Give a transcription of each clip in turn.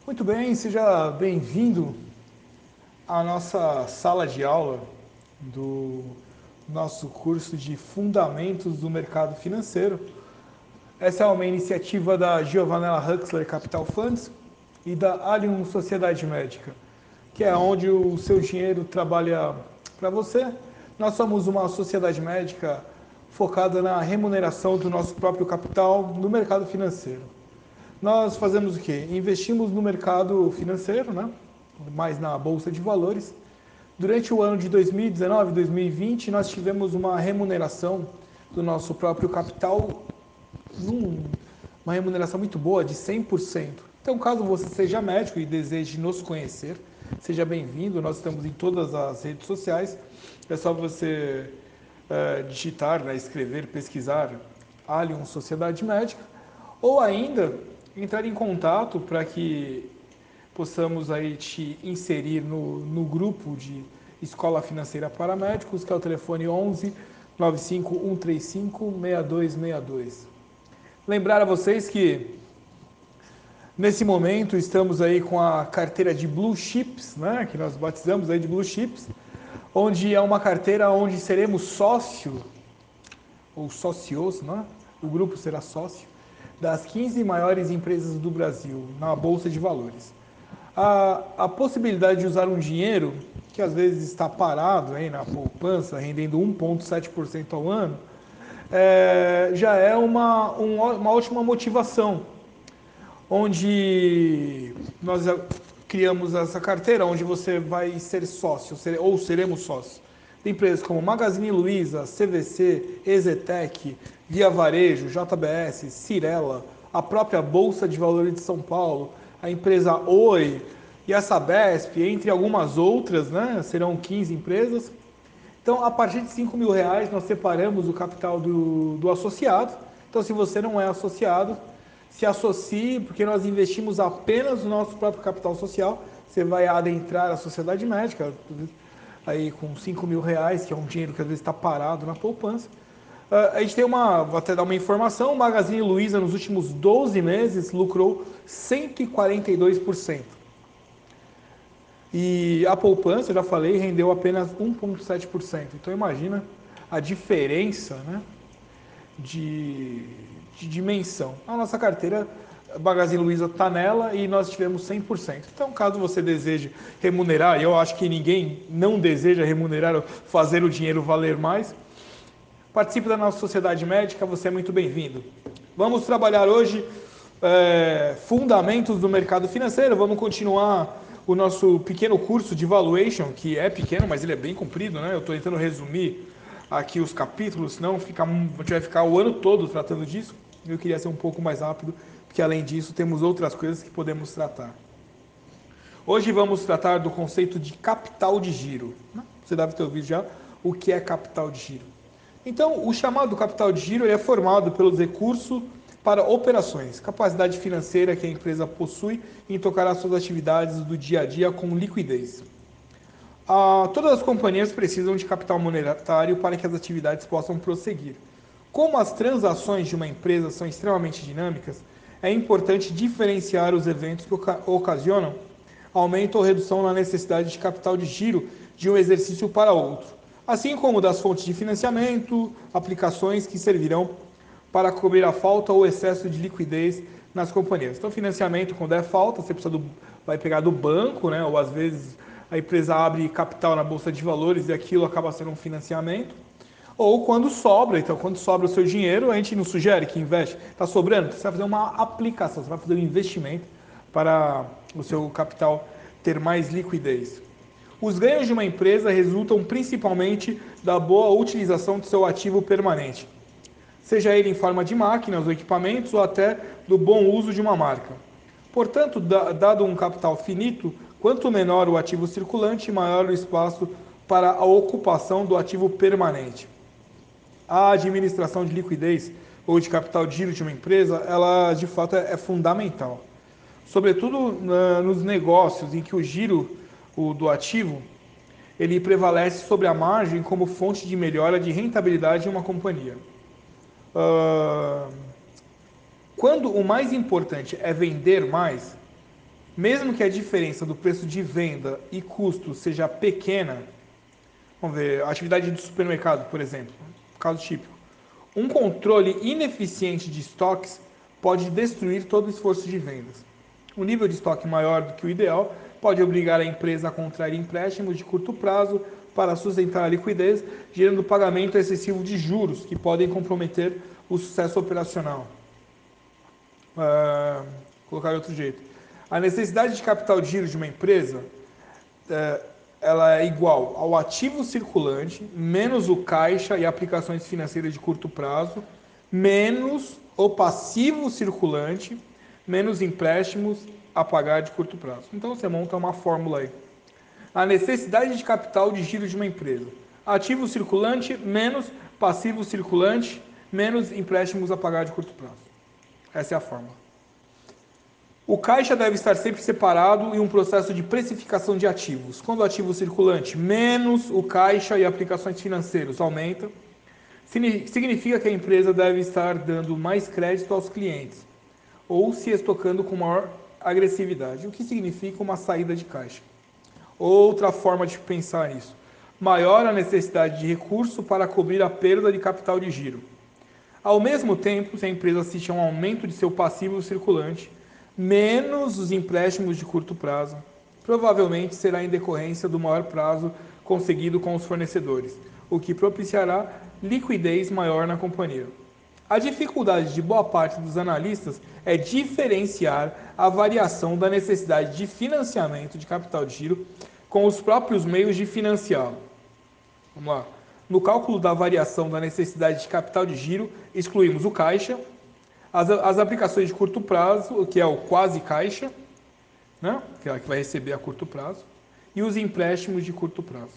Muito bem, seja bem-vindo à nossa sala de aula do nosso curso de Fundamentos do Mercado Financeiro. Essa é uma iniciativa da Giovanna Huxley Capital Funds e da Allium Sociedade Médica, que é onde o seu dinheiro trabalha para você. Nós somos uma sociedade médica focada na remuneração do nosso próprio capital no mercado financeiro. Nós fazemos o quê? Investimos no mercado financeiro, né? Mais na bolsa de valores. Durante o ano de 2019 e 2020, nós tivemos uma remuneração do nosso próprio capital, uma remuneração muito boa, de 100%. Então, caso você seja médico e deseje nos conhecer, seja bem-vindo. Nós estamos em todas as redes sociais. É só você digitar, né, escrever, pesquisar Allium Sociedade Médica, ou ainda entrar em contato para que possamos aí te inserir no grupo de Escola Financeira para Médicos, que é o telefone 11 95 135 6262. Lembrar a vocês que nesse momento estamos aí com a carteira de Blue Chips, né, que nós batizamos aí de Blue Chips, onde é uma carteira onde seremos sócio ou sócios, né? O grupo será sócio das 15 maiores empresas do Brasil na Bolsa de Valores. A possibilidade de usar um dinheiro que às vezes está parado aí na poupança, rendendo 1,7% ao ano, já é uma ótima motivação, onde nós criamos essa carteira, onde você vai ser sócio, ou seremos sócios, de empresas como Magazine Luiza, CVC, Ezetec, Via Varejo, JBS, Cirela, a própria Bolsa de Valores de São Paulo, a empresa Oi e a Sabesp, entre algumas outras, né? Serão 15 empresas. Então, a partir de R$ 5.000, nós separamos o capital do associado. Então, se você não é associado, se associe, porque nós investimos apenas no nosso próprio capital social. Você vai adentrar a sociedade médica, aí com R$ 5.000, que é um dinheiro que às vezes está parado na poupança. A gente tem vou até dar uma informação, o Magazine Luiza nos últimos 12 meses lucrou 142%. E a poupança, eu já falei, rendeu apenas 1,7%. Então imagina a diferença, né, de, de dimensão. A nossa carteira, a Magazine Luiza está nela e nós tivemos 100%. Então, caso você deseje remunerar, e eu acho que ninguém não deseja remunerar ou fazer o dinheiro valer mais, participe da nossa sociedade médica, você é muito bem-vindo. Vamos trabalhar hoje fundamentos do mercado financeiro. Vamos continuar o nosso pequeno curso de valuation, que é pequeno, mas ele é bem comprido, né? Eu estou tentando resumir aqui os capítulos, senão a gente vai ficar o ano todo tratando disso. Eu queria ser um pouco mais rápido, porque além disso temos outras coisas que podemos tratar. Hoje vamos tratar do conceito de capital de giro. Você deve ter ouvido já o que é capital de giro. Então, o chamado capital de giro é formado pelos recursos para operações, capacidade financeira que a empresa possui em tocar as suas atividades do dia a dia com liquidez. Todas as companhias precisam de capital monetário para que as atividades possam prosseguir. Como as transações de uma empresa são extremamente dinâmicas, é importante diferenciar os eventos que ocasionam aumento ou redução na necessidade de capital de giro de um exercício para outro, assim como das fontes de financiamento, aplicações que servirão para cobrir a falta ou excesso de liquidez nas companhias. Então, financiamento, quando é falta, você vai pegar do banco, né? Ou às vezes a empresa abre capital na bolsa de valores e aquilo acaba sendo um financiamento. Ou quando sobra, então quando sobra o seu dinheiro, a gente não sugere que investe, está sobrando, você vai fazer uma aplicação, você vai fazer um investimento para o seu capital ter mais liquidez. Os ganhos de uma empresa resultam principalmente da boa utilização de seu ativo permanente, seja ele em forma de máquinas ou equipamentos ou até do bom uso de uma marca. Portanto, dado um capital finito, quanto menor o ativo circulante, maior o espaço para a ocupação do ativo permanente. A administração de liquidez ou de capital de giro de uma empresa, ela de fato é fundamental. Sobretudo nos negócios em que o giro do ativo ele prevalece sobre a margem como fonte de melhora de rentabilidade de uma companhia. Quando o mais importante é vender mais, Mesmo que a diferença do preço de venda e custo seja pequena, vamos ver, a atividade de supermercado, por exemplo, caso típico, um controle ineficiente de estoques pode destruir todo o esforço de vendas. Um nível de estoque maior do que o ideal pode obrigar a empresa a contrair empréstimos de curto prazo para sustentar a liquidez, gerando pagamento excessivo de juros, que podem comprometer o sucesso operacional. Colocar de outro jeito. A necessidade de capital de giro de uma empresa ela é igual ao ativo circulante, menos o caixa e aplicações financeiras de curto prazo, menos o passivo circulante, menos empréstimos a pagar de curto prazo. Então você monta uma fórmula aí. A necessidade de capital de giro de uma empresa. Ativo circulante menos passivo circulante, menos empréstimos a pagar de curto prazo. Essa é a fórmula. O caixa deve estar sempre separado em um processo de precificação de ativos. Quando o ativo circulante menos o caixa e aplicações financeiras aumenta, significa que a empresa deve estar dando mais crédito aos clientes ou se estocando com maior agressividade, o que significa uma saída de caixa. Outra forma de pensar nisso: maior a necessidade de recurso para cobrir a perda de capital de giro. Ao mesmo tempo, se a empresa assiste a um aumento de seu passivo circulante, menos os empréstimos de curto prazo, provavelmente será em decorrência do maior prazo conseguido com os fornecedores, o que propiciará liquidez maior na companhia. A dificuldade de boa parte dos analistas é diferenciar a variação da necessidade de financiamento de capital de giro com os próprios meios de financiá-lo. Vamos lá. No cálculo da variação da necessidade de capital de giro, excluímos o caixa, as aplicações de curto prazo, que é o quase caixa, né? Que é a que vai receber a curto prazo, e os empréstimos de curto prazo.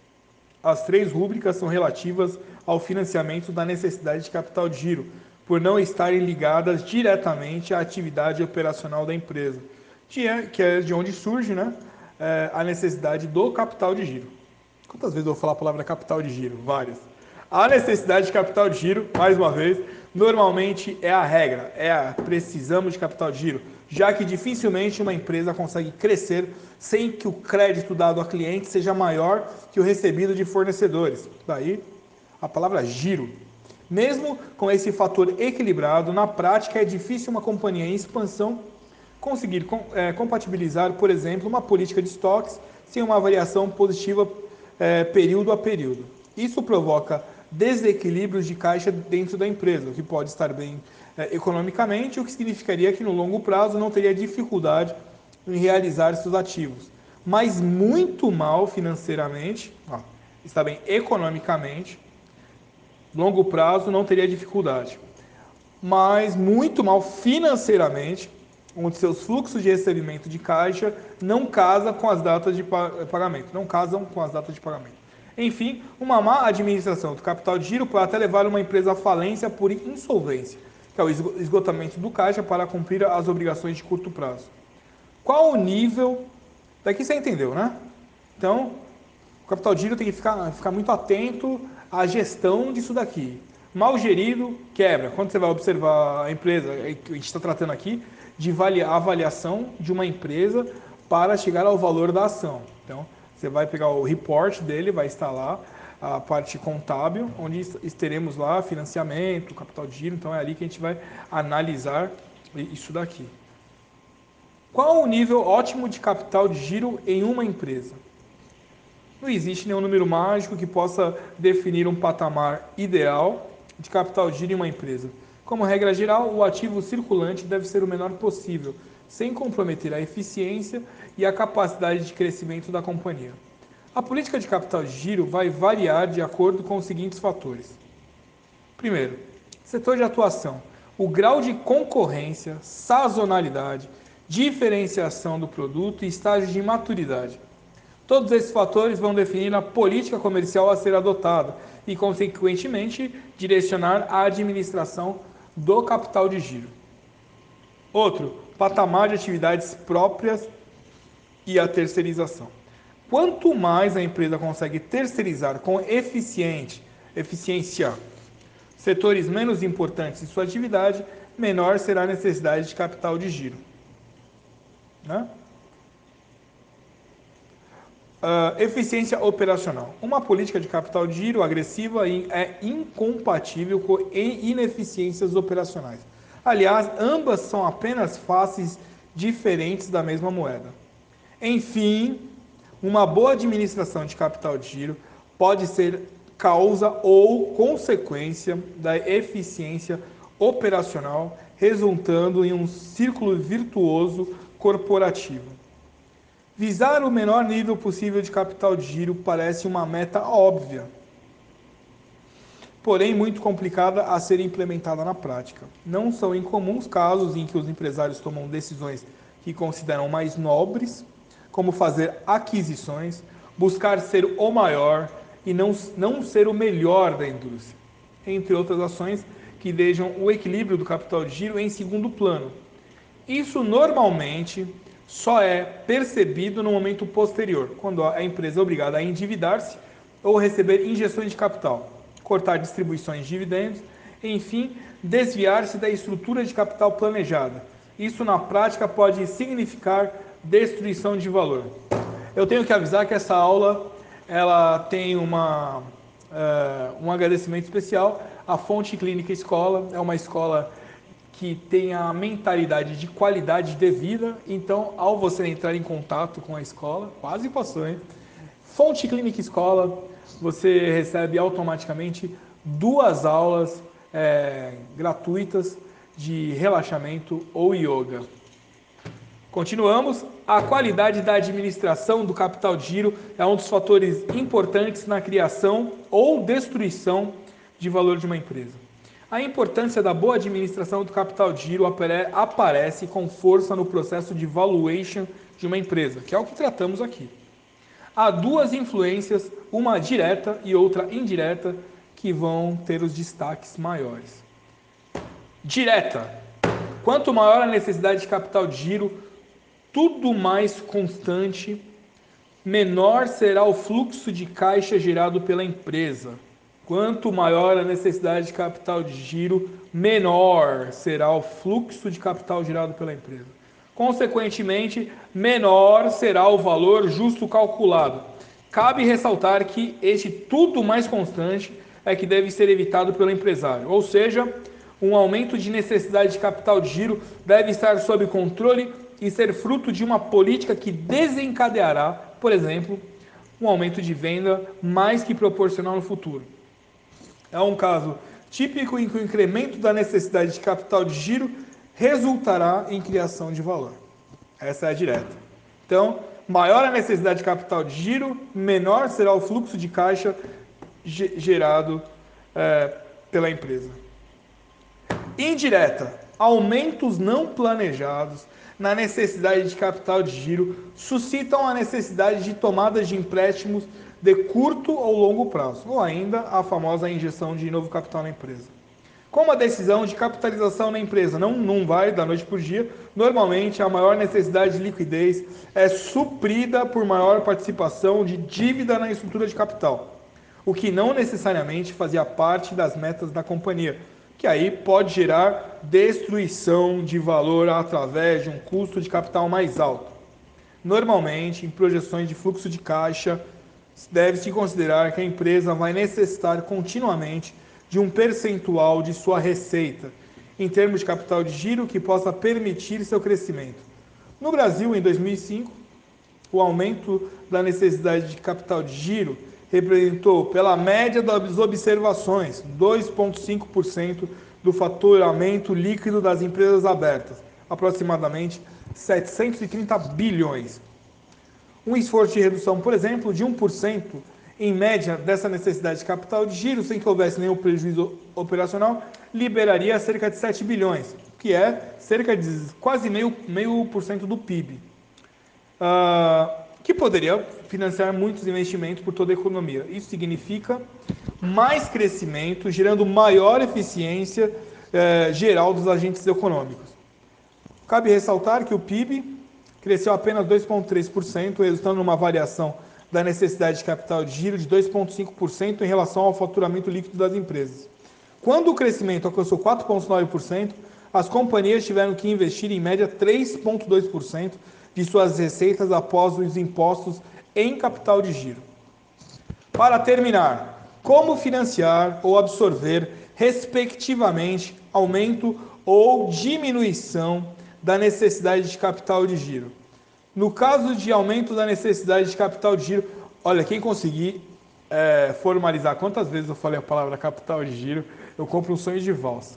As três rúbricas são relativas ao financiamento da necessidade de capital de giro, por não estarem ligadas diretamente à atividade operacional da empresa, que é de onde surge, né, a necessidade do capital de giro. Quantas vezes eu vou falar a palavra capital de giro? Várias. A necessidade de capital de giro, mais uma vez, normalmente é a regra, precisamos de capital de giro, já que dificilmente uma empresa consegue crescer sem que o crédito dado a cliente seja maior que o recebido de fornecedores. Daí a palavra giro. Mesmo com esse fator equilibrado, na prática é difícil uma companhia em expansão conseguir compatibilizar, por exemplo, uma política de estoques sem uma variação positiva período a período. Isso provoca desequilíbrios de caixa dentro da empresa, o que pode estar bem economicamente, o que significaria que no longo prazo não teria dificuldade em realizar seus ativos, mas muito mal financeiramente, está bem economicamente, longo prazo não teria dificuldade, mas muito mal financeiramente, onde seus fluxos de recebimento de caixa não casam com as datas de pagamento, Enfim, uma má administração do capital de giro pode até levar uma empresa à falência por insolvência, que é o esgotamento do caixa para cumprir as obrigações de curto prazo. Qual o nível... Daqui você entendeu, né? Então, o capital de giro tem que ficar muito atento à gestão disso daqui. Mal gerido, quebra. Quando você vai observar a empresa, que a gente está tratando aqui, de avaliação de uma empresa para chegar ao valor da ação. Então, você vai pegar o report dele, vai estar lá a parte contábil, onde teremos lá financiamento, capital de giro, então é ali que a gente vai analisar isso daqui. Qual o nível ótimo de capital de giro em uma empresa? Não existe nenhum número mágico que possa definir um patamar ideal de capital de giro em uma empresa. Como regra geral, o ativo circulante deve ser o menor possível, sem comprometer a eficiência e a capacidade de crescimento da companhia. A política de capital de giro vai variar de acordo com os seguintes fatores. Primeiro, setor de atuação. O grau de concorrência, sazonalidade, diferenciação do produto e estágio de maturidade. Todos esses fatores vão definir a política comercial a ser adotada e, consequentemente, direcionar a administração do capital de giro. Outro, patamar de atividades próprias e a terceirização. Quanto mais a empresa consegue terceirizar com eficiência setores menos importantes em sua atividade, menor será a necessidade de capital de giro. Né? Eficiência operacional. Uma política de capital de giro agressiva é incompatível com ineficiências operacionais. Aliás, ambas são apenas faces diferentes da mesma moeda. Enfim, uma boa administração de capital de giro pode ser causa ou consequência da eficiência operacional, resultando em um círculo virtuoso corporativo. Visar o menor nível possível de capital de giro parece uma meta óbvia, porém muito complicada a ser implementada na prática. Não são incomuns casos em que os empresários tomam decisões que consideram mais nobres, como fazer aquisições, buscar ser o maior e não ser o melhor da indústria, entre outras ações que deixam o equilíbrio do capital de giro em segundo plano. Isso normalmente só é percebido no momento posterior, quando a empresa é obrigada a endividar-se ou receber injeções de capital, cortar distribuições de dividendos, enfim, desviar-se da estrutura de capital planejada. Isso na prática pode significar destruição de valor. Eu tenho que avisar que essa aula ela tem um agradecimento especial à Fonte Clínica Escola. É uma escola que tem a mentalidade de qualidade de vida. Então, ao você entrar em contato com a escola, quase passou, hein? Fonte Clínica Escola, você recebe automaticamente 2 aulas gratuitas de relaxamento ou yoga. Continuamos. A qualidade da administração do capital de giro é um dos fatores importantes na criação ou destruição de valor de uma empresa. A importância da boa administração do capital de giro aparece com força no processo de valuation de uma empresa, que é o que tratamos aqui. Há 2 influências, uma direta e outra indireta, que vão ter os destaques maiores. Direta. Quanto maior a necessidade de capital de giro, tudo mais constante, menor será o fluxo de caixa gerado pela empresa. Quanto maior a necessidade de capital de giro, menor será o fluxo de capital gerado pela empresa. Consequentemente, menor será o valor justo calculado. Cabe ressaltar que este tudo mais constante é que deve ser evitado pelo empresário, ou seja, um aumento de necessidade de capital de giro deve estar sob controle e ser fruto de uma política que desencadeará, por exemplo, um aumento de venda mais que proporcional no futuro. É um caso típico em que o incremento da necessidade de capital de giro resultará em criação de valor. Essa é a direta. Então, maior a necessidade de capital de giro, menor será o fluxo de caixa gerado pela empresa. Indireta. Aumentos não planejados na necessidade de capital de giro suscitam a necessidade de tomadas de empréstimos de curto ou longo prazo, ou ainda a famosa injeção de novo capital na empresa. Como a decisão de capitalização na empresa não vai da noite para o dia, normalmente a maior necessidade de liquidez é suprida por maior participação de dívida na estrutura de capital, o que não necessariamente fazia parte das metas da companhia, que aí pode gerar destruição de valor através de um custo de capital mais alto. Normalmente, em projeções de fluxo de caixa, deve-se considerar que a empresa vai necessitar continuamente de um percentual de sua receita, em termos de capital de giro que possa permitir seu crescimento. No Brasil, em 2005, o aumento da necessidade de capital de giro representou, pela média das observações, 2,5% do faturamento líquido das empresas abertas, aproximadamente 730 bilhões. Um esforço de redução, por exemplo, de 1% em média dessa necessidade de capital de giro, sem que houvesse nenhum prejuízo operacional, liberaria cerca de 7 bilhões, que é cerca de quase meio por cento do PIB, que poderia financiar muitos investimentos por toda a economia. Isso significa mais crescimento, gerando maior eficiência geral dos agentes econômicos. Cabe ressaltar que o PIB cresceu apenas 2,3%, resultando numa variação da necessidade de capital de giro de 2,5% em relação ao faturamento líquido das empresas. Quando o crescimento alcançou 4,9%, as companhias tiveram que investir em média 3,2% de suas receitas após os impostos em capital de giro. Para terminar, como financiar ou absorver, respectivamente, aumento ou diminuição da necessidade de capital de giro. No caso de aumento da necessidade de capital de giro, olha, quem conseguir formalizar quantas vezes eu falei a palavra capital de giro, eu compro um sonho de valsa.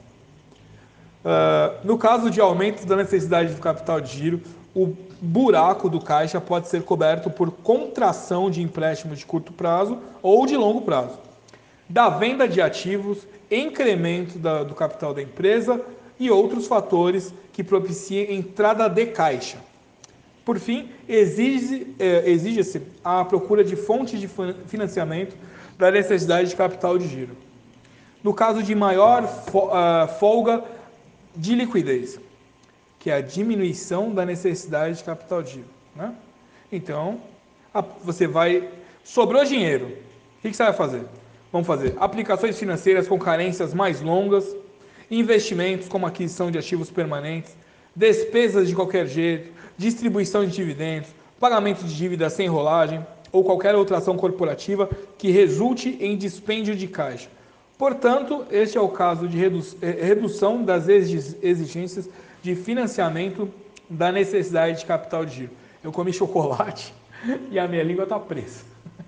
No caso de aumento da necessidade do capital de giro, o buraco do caixa pode ser coberto por contração de empréstimos de curto prazo ou de longo prazo, da venda de ativos, incremento do capital da empresa e outros fatores que propiciem entrada de caixa. Por fim, exige-se a procura de fontes de financiamento da necessidade de capital de giro. No caso de maior folga de liquidez, que é a diminuição da necessidade de capital de giro, né? Então, você vai... Sobrou dinheiro. O que você vai fazer? Vamos fazer aplicações financeiras com carências mais longas, investimentos como aquisição de ativos permanentes, despesas de qualquer jeito, distribuição de dividendos, pagamento de dívidas sem rolagem ou qualquer outra ação corporativa que resulte em dispêndio de caixa. Portanto, este é o caso de redução das exigências de financiamento da necessidade de capital de giro. Eu comi chocolate e a minha língua está presa.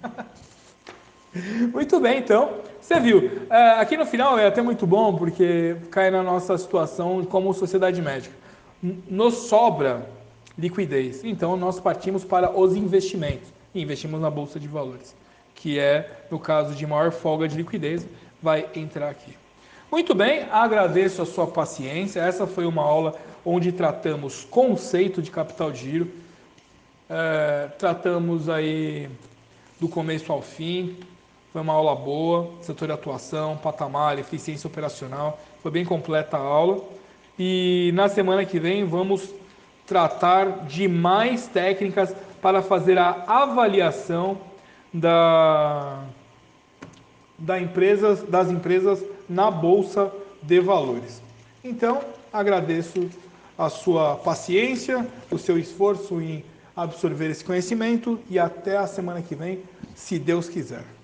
Muito bem, então, você viu. Aqui no final é até muito bom, porque cai na nossa situação como sociedade médica. Nos sobra liquidez, então nós partimos para os investimentos e investimos na Bolsa de Valores, que é, no caso de maior folga de liquidez, vai entrar aqui. Muito bem, agradeço a sua paciência. Essa foi uma aula onde tratamos conceito de capital de giro, tratamos aí do começo ao fim. Foi uma aula boa, setor de atuação, patamar, eficiência operacional, foi bem completa a aula. E na semana que vem vamos tratar de mais técnicas para fazer a avaliação das empresas na Bolsa de Valores. Então, agradeço a sua paciência, o seu esforço em absorver esse conhecimento e até a semana que vem, se Deus quiser.